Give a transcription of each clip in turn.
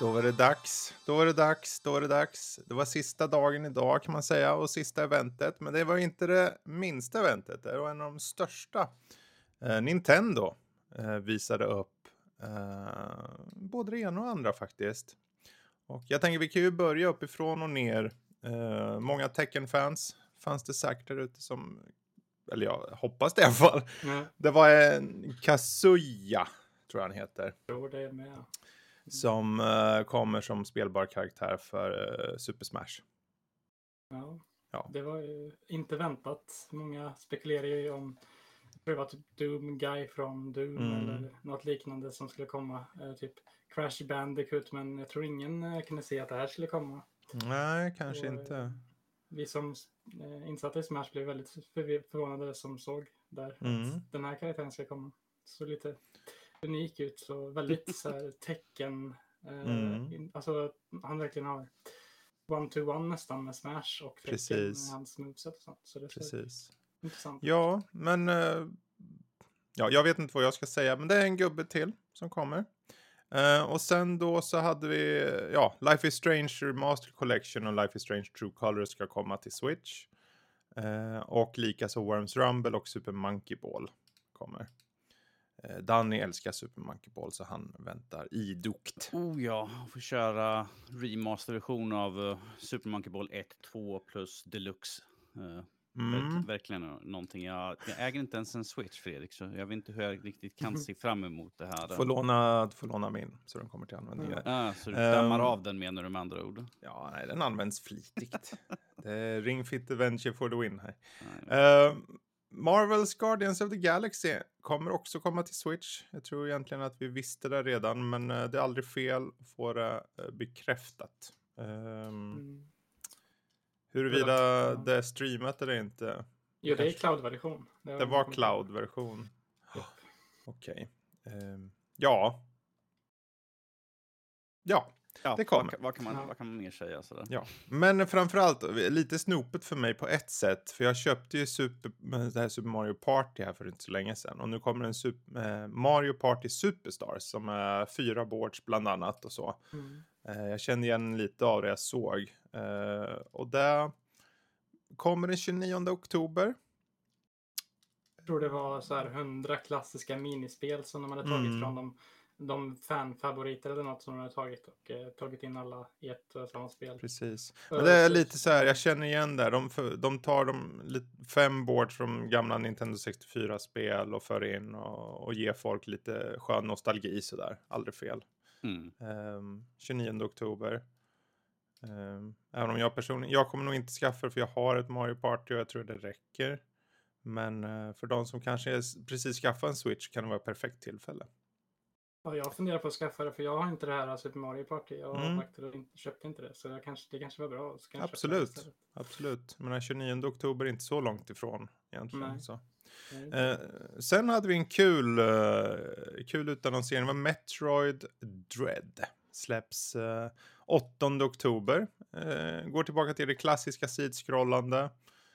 Då var det dags, då var det dags, då var det dags. Det var sista dagen idag kan man säga och sista eventet. Men det var inte det minsta eventet, det var en av de största. Nintendo visade upp både det ena och andra faktiskt. Och jag tänker vi kan ju börja uppifrån och ner. Många Tekken-fans fanns det säkert där ute som, eller jag hoppas det i alla fall. Ja, Det var en Kazuya, tror jag han heter. jag tror det är med. Som kommer som spelbar karaktär för Super Smash. Ja. Ja. Det var ju inte väntat. Många spekulerar ju om det var typ Doom Guy från Doom eller något liknande som skulle komma. Typ Crash Bandicoot, men jag tror ingen kunde se att det här skulle komma. Nej, kanske Och, inte. Vi som insatta i Smash blev väldigt förvånade som såg där att den här karaktären ska komma. Så lite unik ut, så väldigt så här tecken. Alltså han verkligen har one-to-one nästan med Smash och tecken med hans moveset och sånt. Så det är intressant. Ja, men ja, jag vet inte vad jag ska säga, men det är en gubbe till som kommer. Och sen då så hade vi, ja, Life is Strange Remaster Collection och Life is Strange True Colors ska komma till Switch. Och likaså Worms Rumble och Super Monkey Ball kommer. Danny älskar Super Monkey Ball så han väntar idogt. Oh ja, får köra remasterversion av Super Monkey Ball 1, 2 plus Deluxe. Verkligen någonting. Jag äger inte ens en Switch, Fredrik, så jag vet inte hur jag riktigt kan se fram emot det här. Får låna min så den kommer till användning. Så du dammar av den, menar du med andra ord? Ja, nej, den används flitigt. Det är Ring Fit Adventure for the win här. Marvel's Guardians of the Galaxy kommer också komma till Switch. Jag tror egentligen att vi visste det redan, men det är aldrig fel att få det bekräftat. Huruvida det är streamat eller inte. Jo, det är cloud-version. Det var cloud-version. Okej. Ja, det kommer. Vad kan man mer säga? Sådär? Ja, men framförallt lite snopet för mig på ett sätt. För jag köpte ju det här Super Mario Party här för inte så länge sedan. Och nu kommer en Mario Party Superstars som är 4 boards bland annat och så. Jag kände igen lite av det jag såg. Och det kommer den 29 oktober. Jag tror det var så här 100 klassiska minispel som de hade tagit från de fanfavoriter eller något som de hade tagit och tagit in alla i ett och samma spel. Precis. Men det är lite så här, jag känner igen där. De tar 5 boards från gamla Nintendo 64-spel och för in och ger folk lite skön nostalgi sådär. Aldrig fel. 29 oktober. Även om jag kommer nog inte skaffa det för jag har ett Mario Party och jag tror det räcker. Men för de som kanske precis skaffat en Switch kan det vara ett perfekt tillfälle. Ja, jag funderar på att skaffa det för jag har inte det här Super Mario Party. Jag har faktiskt köpte inte det så det kanske var bra. Absolut. Men den 29 oktober är inte så långt ifrån egentligen. Så. Sen hade vi en kul utannonsering. Det var Metroid Dread. Släpps 8 oktober. Går tillbaka till det klassiska sidskrollande.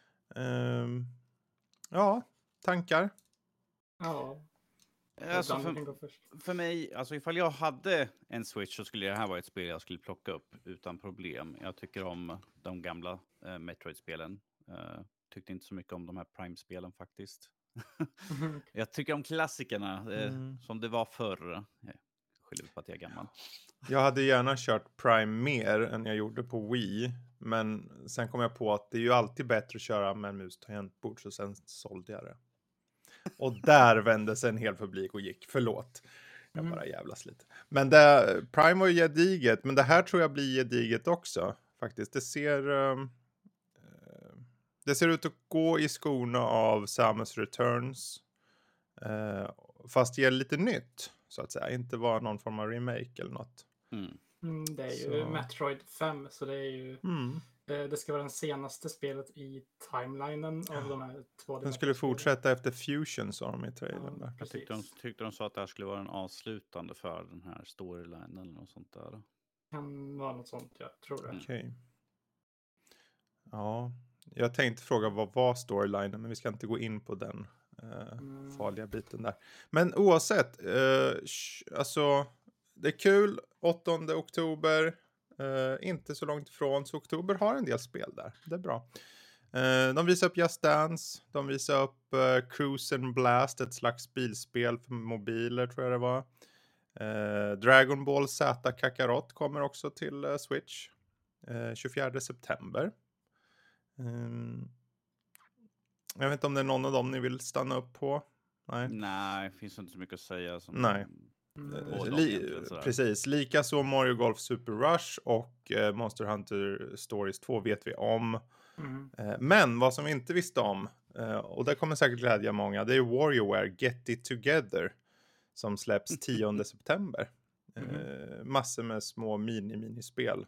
Ja, tankar? Ja. Alltså för mig, alltså ifall jag hade en Switch så skulle det här vara ett spel jag skulle plocka upp utan problem. Jag tycker om de gamla Metroid-spelen. Tyckte inte så mycket om de här Prime-spelen faktiskt. Jag tycker om klassikerna som det var förr. Jag skyller på att jag är gammal. Jag hade gärna kört Prime mer än jag gjorde på Wii. Men sen kom jag på att det är ju alltid bättre att köra med en mus tangentbord så sen sålde jag det. Och där vände sig en hel publik och gick. Förlåt. Jag bara jävlas lite. Men Prime var ju gediget. Men det här tror jag blir gediget också. Faktiskt. Det ser ut att gå i skorna av Samus Returns. Fast ger lite nytt. Så att säga. Inte vara någon form av remake eller något. Det är ju Metroid 5. Så det är ju... Det ska vara den senaste spelet i timelinen av de här 2D. Den skulle fortsätta efter Fusion, sa de i trailern. Ja, jag tyckte de sa att det här skulle vara en avslutande för den här storylinen eller något sånt där. Kan vara något sånt, jag tror det. Okej. Ja, jag tänkte fråga vad var storylinen, men vi ska inte gå in på den farliga biten där. Men oavsett, alltså det är kul. 8 oktober. Inte så långt ifrån. Så oktober har en del spel där. Det är bra. De visar upp Just Dance. De visar upp Cruise and Blast. Ett slags bilspel för mobiler tror jag det var. Dragon Ball Z Kakarot kommer också till Switch. 24 september. Jag vet inte om det är någon av dem ni vill stanna upp på. Nej, det finns inte så mycket att säga. Nej. Precis. Likaså Mario Golf Super Rush och Monster Hunter Stories 2 vet vi om. Men vad som vi inte visste om, och det kommer säkert glädja många, det är WarioWare Get It Together som släpps 10 september. Massor med små minispel.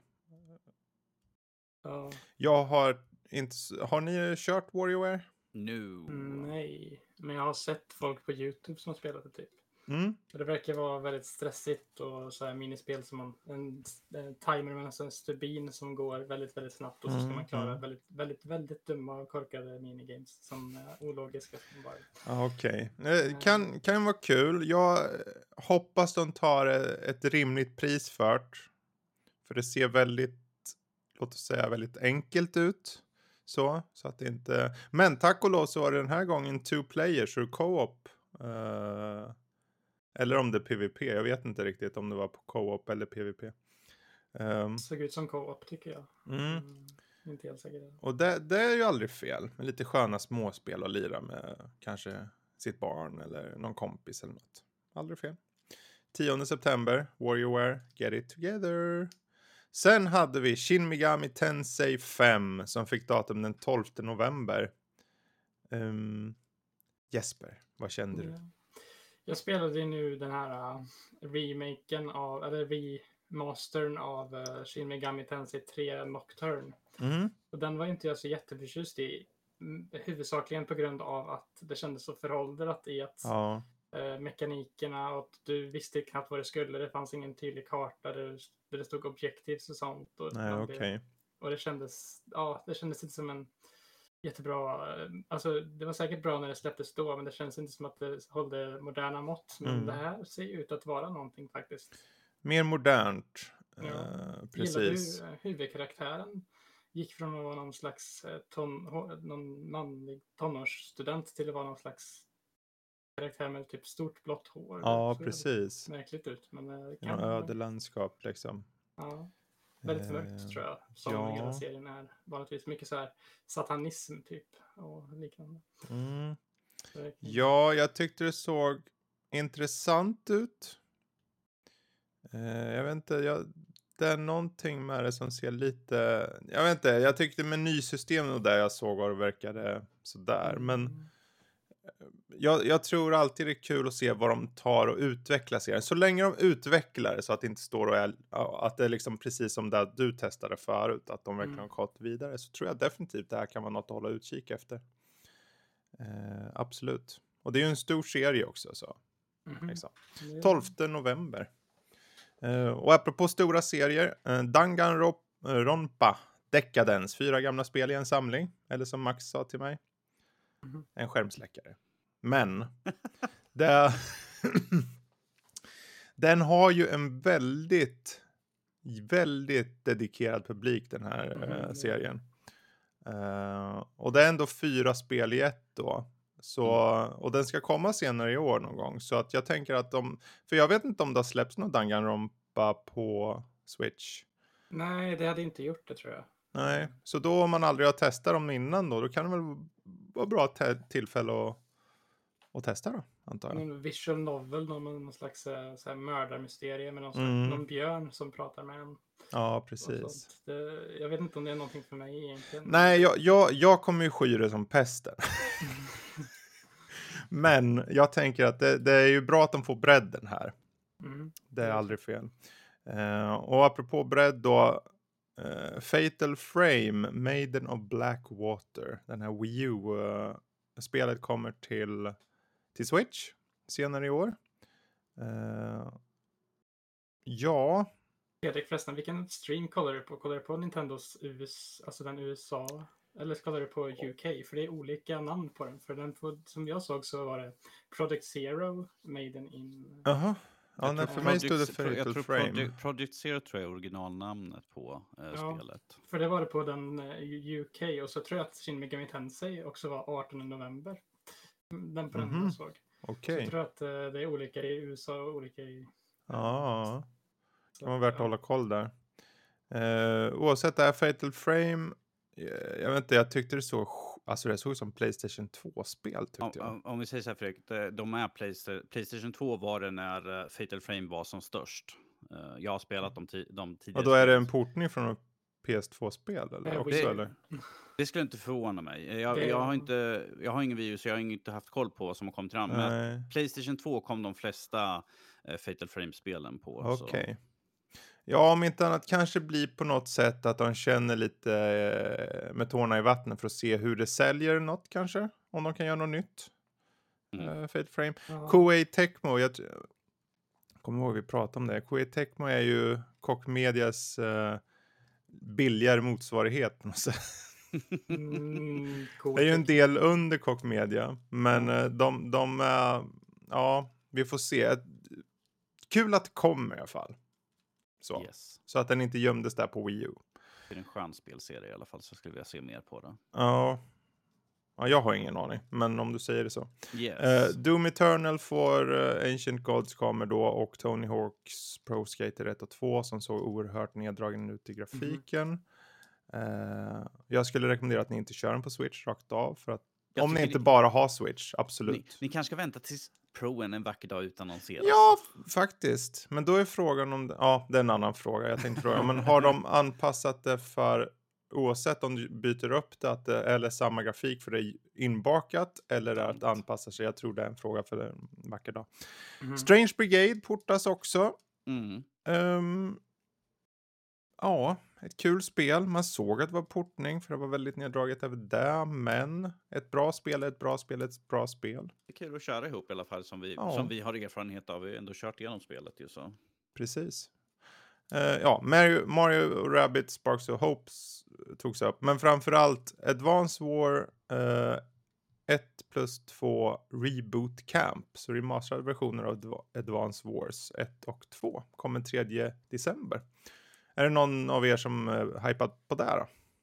Jag har inte... Har ni kört WarioWare? Nej, men jag har sett folk på YouTube som har spelat det typ. Det verkar vara väldigt stressigt och så här minispel som en timer med en stubin som går väldigt, väldigt snabbt och så ska man klara väldigt, väldigt, väldigt dumma och korkade minigames som är ologiska. Okej. Kan vara kul. Jag hoppas de tar ett rimligt pris för det ser väldigt, låt oss säga, väldigt enkelt ut. Så att det inte... Men tack och lov så var det den här gången 2 players och co-op. Eller om det är PvP. Jag vet inte riktigt om det var på co-op eller PvP. Såg ut som co-op tycker jag. Inte helt säker. Och det är ju aldrig fel. Med lite sköna småspel att lira med kanske sitt barn eller någon kompis eller något. Aldrig fel. 10 september. WarioWare. Get It Together. Sen hade vi Shin Megami Tensei 5 som fick datum den 12 november. Jesper, vad kände du? Jag spelade nu den här remastern av Shin Megami Tensei 3 Nocturne. Och den var inte jag så jätteförtjust i. Huvudsakligen på grund av att det kändes så föråldrat i att mekanikerna och att du visste knappt vad det skulle. Det fanns ingen tydlig karta där det stod objectives och sånt. Och, och det kändes inte som en jättebra, alltså det var säkert bra när det släpptes då, men det känns inte som att det hållde moderna mått. Men det här ser ut att vara någonting faktiskt. Mer modernt. Precis. Gillade du huvudkaraktären? Gick från att vara någon slags någon manlig tonårsstudent till att vara någon slags karaktär med typ stort blått hår. Ja, precis. Märkligt ut. Men ödelandskap liksom. Ja. Väldigt mörkt tror jag. Som hela serien är. Vanligtvis mycket så här satanism typ. Och liknande. Ja, jag tyckte det såg intressant ut. Jag vet inte. Det är någonting med det som ser lite... Jag vet inte. Jag tyckte menysystemet och där jag såg vad det verkade sådär. Men jag tror alltid det är kul att se vad de tar och utvecklar serien. Så länge de utvecklar det så att det inte står och att det är liksom precis som det du testade förut. Att de verkligen har gått vidare. Så tror jag definitivt det här kan vara något att hålla utkik efter. Absolut. Och det är ju en stor serie också. Så. Liksom. 12 november. Och apropå stora serier. Danganronpa Decadence. 4 gamla spel i en samling. Eller som Max sa till mig. En skärmsläckare. Men den har ju en väldigt, väldigt dedikerad publik den här serien. Och det är ändå 4 spel i ett då. Så, och den ska komma senare i år någon gång. Så att jag tänker att för jag vet inte om det har släppts någon Danganronpa på Switch. Nej, det hade inte gjort det tror jag. Nej, så då om man aldrig har testat dem innan då kan det väl vara bra tillfälle att testa då, antar jag. En visual novel, någon slags så här mördarmysterie med någon björn som pratar med en. Ja, precis. Jag vet inte om det är någonting för mig egentligen. Nej, jag kommer ju sky det som pesten. Men jag tänker att det är ju bra att de får bredden här. Det är aldrig fel. Och apropå bredd då. Fatal Frame, Maiden of Blackwater. Den här Wii U-spelet kommer till Switch senare i år. Ja. Fredrik förresten, vilken stream kollar du på? Kollar du på Nintendos alltså den USA? Eller kollar du på UK? För det är olika namn på den. För den som jag såg så var det Project Zero, Maiden in... Jaha. Ja, nej, för mig stod det Fatal Frame. Project Zero tror jag är originalnamnet på spelet. För det var det på den UK, och så tror jag att Shin Megami Tensei också var 18 november. Den på den jag såg. Okay. Så jag tror att det är olika i USA och olika i... Ja, det kan vara värt att hålla koll där. Oavsett det här Fatal Frame, jag vet inte, jag tyckte det såg som PlayStation 2-spel tyckte jag. Om vi säger så här Fredrik, de är PlayStation 2 var det när Fatal Frame var som störst. Jag har spelat de tidigare. Och då är det en portning från ett PS2-spel eller också, eller? Det skulle inte förvåna mig. Jag har ingen Wii U, så jag har inte haft koll på vad som har kommit fram. Men PlayStation 2 kom de flesta Fatal Frame-spelen på. Okej. Ja, om inte annat kanske blir på något sätt att de känner lite med tårna i vattnet för att se hur det säljer något kanske. Om de kan göra något nytt. Fatal Frame. Koei Tecmo, jag kommer ihåg vi pratade om det. Koei Tecmo är ju Koch Medias billigare motsvarighet. Det är ju en del under Koch Media. Men de ja, vi får se. Kul att det kommer i alla fall. Så att den inte gömdes där på Wii U. Det är en skön spelserie i alla fall, så skulle jag se mer på den. Ja, jag har ingen aning. Men om du säger det så. Yes. Doom Eternal för Ancient Gods kommer då. Och Tony Hawk's Pro Skater 1 och 2 som såg oerhört neddragen ut i grafiken. Jag skulle rekommendera att ni inte kör den på Switch rakt av. För att om ni inte bara har Switch, absolut. Ni kanske ska vänta tills Proen en vacker dag utannonseras. Ja, faktiskt. Men då är frågan om... Ja, det är en annan fråga. Jag tänkte fråga. Men har de anpassat det för... Oavsett om du byter upp det eller samma grafik för det är inbakat eller att anpassa sig. Jag tror det är en fråga för en vacker dag. Strange Brigade portas också. Ja, ett kul spel. Man såg att det var portning för det var väldigt neddraget över det. Men ett bra spel är ett bra spel är ett bra spel. Det är kul att köra ihop i alla fall som vi har erfarenhet av. Vi har ändå kört igenom spelet ju så. Precis. Mario Rabbids Sparks of Hopes togs upp. Men framförallt Advance War 1+2 Reboot Camp. Så remasterade versioner av Advance Wars 1 och 2 kommer 3 december. Är det någon av er som hypat på det då?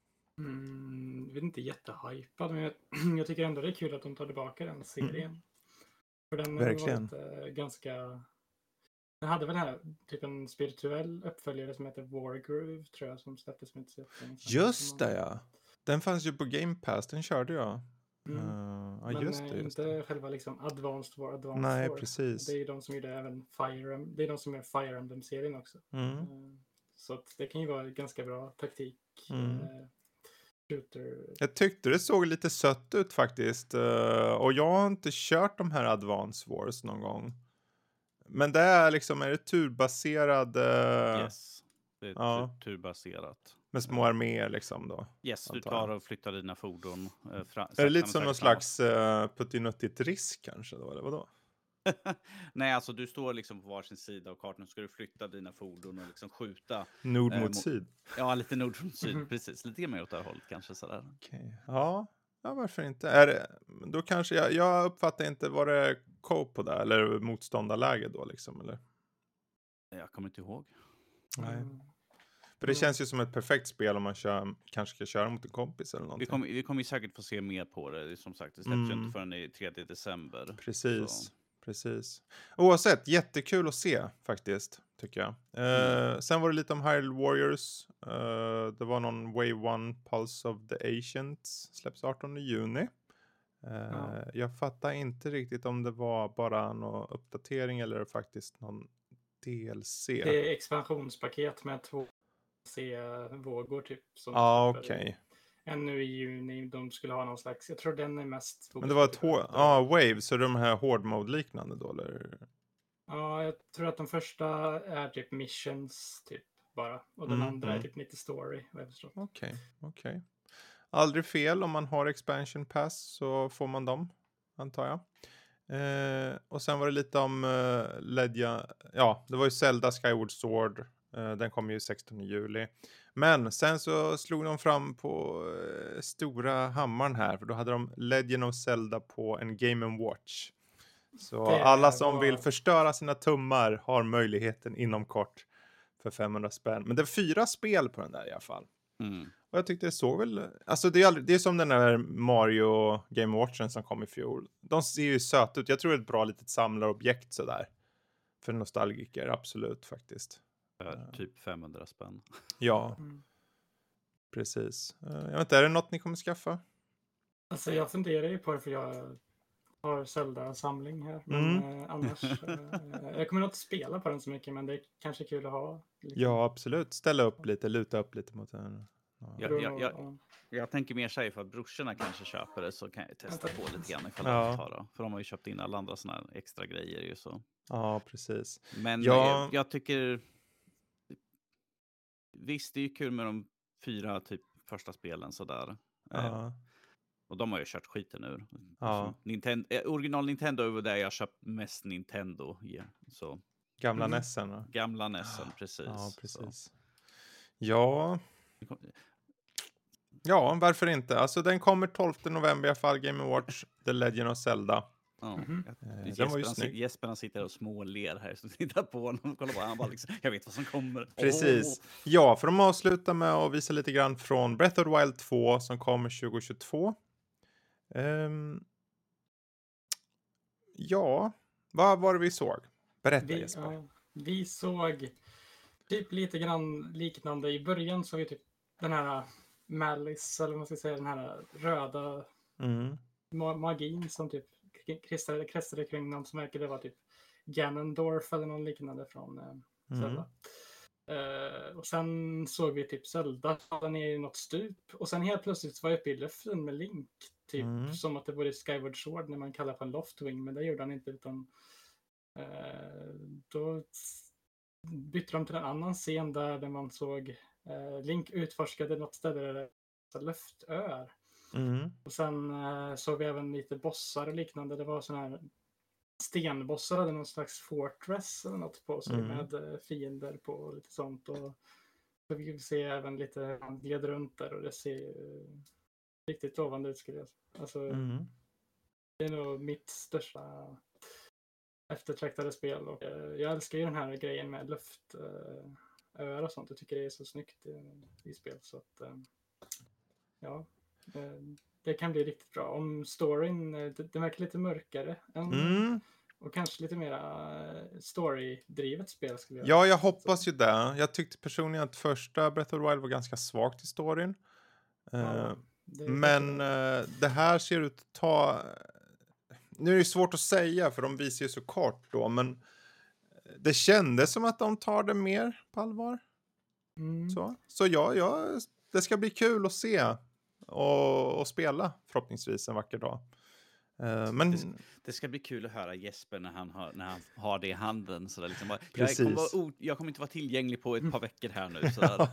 Jag vet inte, jättehypad, men jag tycker ändå det är kul att de tar tillbaka den serien. För den verkligen. Har varit ganska... Den hade väl här typ en spirituell uppföljare som heter Wargroove, tror jag, som släpptes med ett Just det, ja. Den fanns ju på Game Pass, den körde jag. Men just det. Inte själva liksom Advanced War. Nej, precis. Det är ju de som gjorde även det är de som gör Fire Emblem-serien också. Så att det kan ju vara ganska bra taktik. Shooter. Jag tyckte det såg lite sött ut faktiskt. Och jag har inte kört de här Advance Wars någon gång. Men det är liksom, är det turbaserad? Yes, det är turbaserat. Med små arméer liksom då? Yes, du tar och flyttar dina fordon. Är det lite som någon slags puttinuttigt risk kanske då, eller vadå? Nej, alltså du står liksom på varsin sida av kartan och ska du flytta dina fordon och liksom skjuta. Nord mot syd? Ja, lite nord mot syd, precis. Lite mer åt det här hållet kanske sådär. Okej. Ja, varför inte? Då kanske jag uppfattar inte, var det co-op på det eller motståndarläge då liksom, eller? Jag kommer inte ihåg. Nej. För det känns ju som ett perfekt spel om man kanske ska köra mot en kompis eller någonting. Vi kommer ju säkert få se mer på det. Som sagt, det släpps ju inte förrän i 3 december. Precis. Oavsett, jättekul att se faktiskt, tycker jag. Sen var det lite om Hyrule Warriors. Det var någon Wave 1 Pulse of the Ancients. Släpps 18 juni. Jag fattar inte riktigt om det var bara någon uppdatering eller faktiskt någon DLC. Det är expansionspaket med 2 C-vågor typ. Okej. En nu i juni, de skulle ha någon slags, jag tror den är mest... Men det var ett Wave, så de här Horde Mode-liknande då, eller? Ja, jag tror att de första är typ missions typ bara. Och den andra är typ lite story. Okej. Aldrig fel, om man har expansion pass så får man dem, antar jag. Och sen var det lite om det var ju Zelda Skyward Sword. Den kom ju 16 juli. Men sen så slog de fram på stora hammaren här. För då hade de Legend of Zelda på en Game & Watch. Så alla som vill förstöra sina tummar har möjligheten inom kort för 500 spänn. Men det är 4 spel på den där i alla fall. Och jag tyckte det såg väl... Alltså det är som den där Mario Game Watchen som kom i fjol. De ser ju söta ut. Jag tror det är ett bra litet samlarobjekt sådär. För nostalgiker, absolut faktiskt. Typ 500 spänn. Ja, precis. Jag vet inte, är det något ni kommer skaffa? Alltså jag funderar ju på det för jag har Zelda-samling här. Men annars, jag kommer nog inte spela på den så mycket, men det är kanske kul att ha. Liksom. Ja, absolut. Ställa upp lite, luta upp lite mot den. Ja. Jag tänker mer säga för att brorsorna kanske köper det, så kan jag testa på lite grann ifall jag tar det. För de har ju köpt in alla andra såna här extra grejer ju så. Ja, precis. Men jag tycker... Visst, det är ju kul med de 4 typ första spelen sådär. Och de har ju kört skiten ur. Original Nintendo är där jag köpt mest Nintendo. Så. Gamla Nessen va? Gamla Nessen, precis. Ja, precis. Ja, varför inte? Alltså den kommer 12 november i alla fall, Game & Watch, The Legend of Zelda. Den var ju snygg. Jesper han sitter och småler här, så tittar på honom och kollar på han bara liksom, jag vet vad som kommer. Precis. Ja, för de avslutar med att visa lite grann från Breath of the Wild 2 som kommer 2022. Vad var det vi såg? Berätta Jesper. Vi såg typ lite grann liknande. I början såg vi typ den här Malice, eller vad man ska säga, den här röda magin som typ kretsade kring någon som verkade vara typ Ganondorf eller någon liknande från Zelda. Och sen såg vi typ Zelda ner i något stup. Och sen helt plötsligt var jag uppe i luften med Link. Typ som att det vore Skyward Sword när man kallar på en Loftwing. Men det gjorde han inte, utan då bytte de till en annan scen där man såg Link utforskade något ställe där det var luftöar. Och sen såg vi även lite bossar och liknande. Det var såna här stenbossar, hade någon slags fortress eller något på sig med fiender på och lite sånt. Och så fick vi se även lite gled runt där och det ser riktigt lovande ut skulle jag säga. Alltså, det är nog mitt största eftertraktade spel och jag älskar ju den här grejen med luftöar och sånt. Jag tycker det är så snyggt i spel så att det kan bli riktigt bra. Om storyn, det verkar lite mörkare och kanske lite mer story-drivet spel skulle jag säga. Ja, jag hoppas ju det. Jag tyckte personligen att första Breath of the Wild var ganska svagt i storyn. Men det här ser ut att ta... Nu är det svårt att säga för de visar ju så kort då, men det kändes som att de tar det mer på allvar. Så det ska bli kul att se och spela förhoppningsvis en vacker dag. Men det ska bli kul att höra Jesper när han har det i handen så där liksom bara, jag kommer inte vara tillgänglig på ett par veckor här nu så där.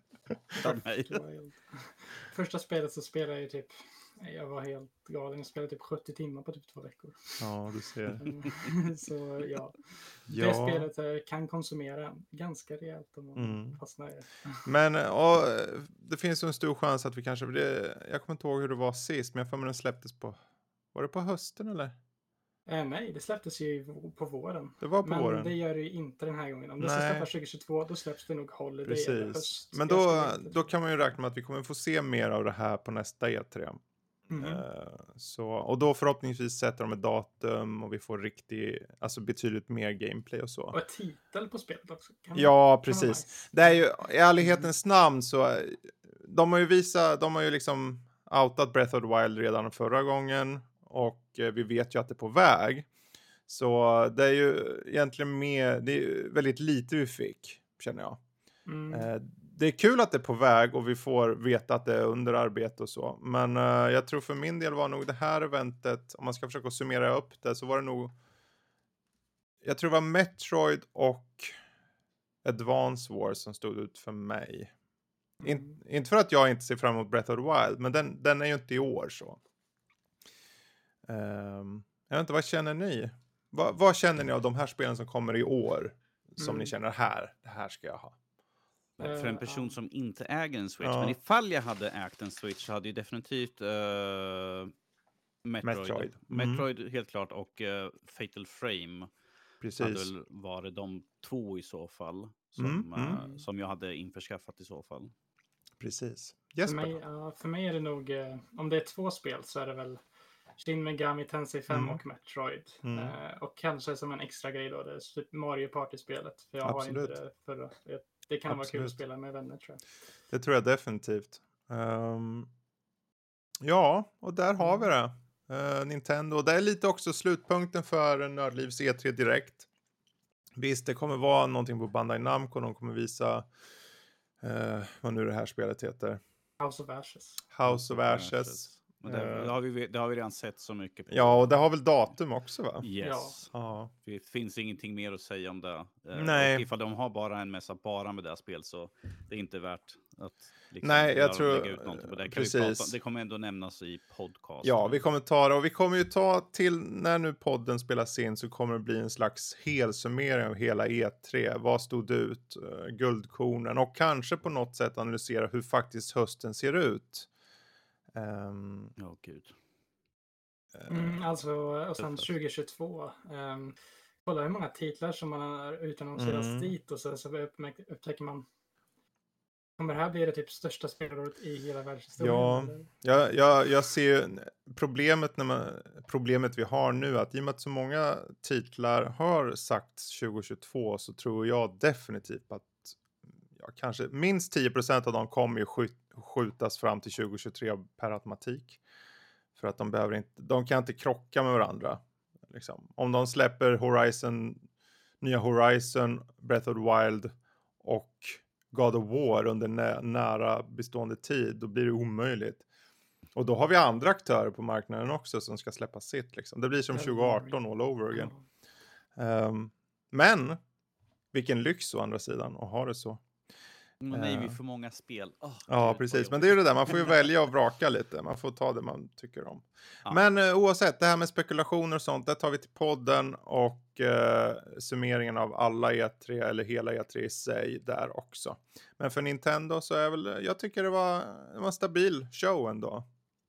Första spelet så spelade jag typ, jag var helt galen. Jag spelade typ 70 timmar på typ 2 veckor. Ja, du ser. Så det spelet kan konsumera ganska rejält om man fastnar i det. Men det finns ju en stor chans att vi kanske... jag kommer inte ihåg hur det var sist, men jag får med den släpptes på... Var det på hösten eller? Nej, det släpptes ju på våren. Det var på våren. Men det gör det ju inte den här gången. Om det ska släppas 2022, då släpps det nog Holiday eller höst. Men då kan man ju räkna med att vi kommer få se mer av det här på nästa E3. Och då förhoppningsvis sätter de ett datum och vi får betydligt mer gameplay och så. Och ett titel på spelet också. Precis. Nice. Det är ju i ärlighetens namn så de har ju liksom outat Breath of the Wild redan förra gången och vi vet ju att det är på väg. Så det är ju egentligen det är väldigt lite vi fick, känner jag. Det är kul att det är på väg och vi får veta att det är under arbete och så. Men jag tror för min del var nog det här eventet, om man ska försöka summera upp det, så var det nog... Jag tror det var Metroid och Advance Wars som stod ut för mig. Inte för att jag inte ser fram emot Breath of the Wild, men den är ju inte i år så. Jag vet inte, vad känner ni? Vad känner ni av de här spelen som kommer i år? Som ni känner det här ska jag ha. För en person som inte äger en Switch. Men ifall jag hade ägt en Switch så hade ju definitivt Metroid helt klart, och Fatal Frame. Precis. Hade väl varit de 2 i så fall som jag hade införskaffat i så fall. Precis. För mig är det nog, om det är 2 spel så är det väl Shin Megami Tensei 5 och Metroid. Och kanske som en extra grej då, det är Super Mario Party-spelet. För jag har inte det förra. Det kan vara kul att spela med vänner, tror jag. Det tror jag definitivt. Ja, och där har vi det. Nintendo. Det är lite också slutpunkten för Nördlivs E3 Direkt. Visst, det kommer vara någonting på Bandai Namco. De kommer visa vad nu det här spelet heter. House of Ashes. House of Ashes. Det har vi redan sett så mycket på. Ja, och det har väl datum också, va? Yes. Ja. Det finns ingenting mer att säga om det. Nej. Och ifall de har bara en mässa bara med det här spel, så det är inte värt att jag tror lägga ut någonting på det. Det kommer ändå nämnas i podcast. Ja, vi kommer ta det, och vi kommer ju ta till när nu podden spelas in, så kommer det bli en slags helsummering av hela E3. Vad stod ut? Guldkornen, och kanske på något sätt analysera hur faktiskt hösten ser ut. Gud. Alltså, och sen 2022. Kolla hur många titlar som man har utannonserats dit, och så upptäcker man, kommer det här bli det typ största spelåret i hela världshistorien? Ja, jag ser ju problemet vi har nu, att i och med att så många titlar har sagt 2022, så tror jag definitivt att kanske minst 10% av dem kommer ju skjutas fram till 2023 per automatik. För att de kan inte krocka med varandra. Liksom. Om de släpper nya Horizon, Breath of the Wild och God of War under nära bestående tid, då blir det omöjligt. Och då har vi andra aktörer på marknaden också som ska släppa sitt. Liksom. Det blir som 2018 all over again. Men vilken lyx å andra sidan att ha det så. Men det är ju för många spel. Ja, precis. Men det är ju det där. Man får ju välja och vraka lite. Man får ta det man tycker om. Ja. Men oavsett, det här med spekulationer och sånt, det tar vi till podden. Och summeringen av alla E3, eller hela E3 i sig, där också. Men för Nintendo så är jag tycker det var en stabil show ändå.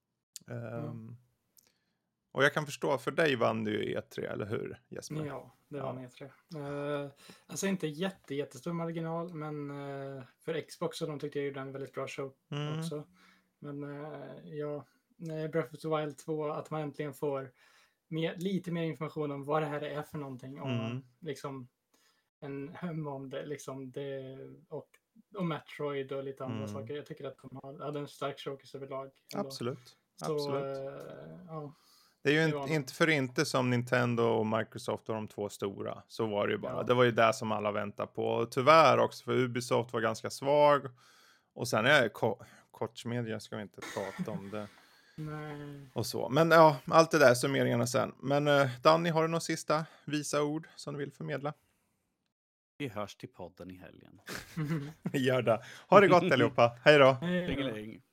Och jag kan förstå, för dig vann du ju E3, eller hur, Jesper? Ja, det var en E3. Alltså inte jättestor marginal, men för Xbox så de tyckte jag gjorde en väldigt bra show också. Men Breath of the Wild 2, att man äntligen får lite mer information om vad det här är för någonting. Och liksom en hum om det, liksom det och Metroid och lite andra saker. Jag tycker att de hade en stark showcase överlag. Absolut. Så, absolut. Ja. Det är ju inte för inte som Nintendo och Microsoft var de 2 stora. Så var det ju bara. Ja. Det var ju det som alla väntade på. Och tyvärr också, för Ubisoft var ganska svag. Och sen är Koch-media ska vi inte prata om det. Nej. Och så. Men ja, allt det där, summeringarna sen. Men Danny, har du några sista visa ord som du vill förmedla? Vi hörs till podden i helgen. Gör det. Ha det gott allihopa. Hej då. Hej då.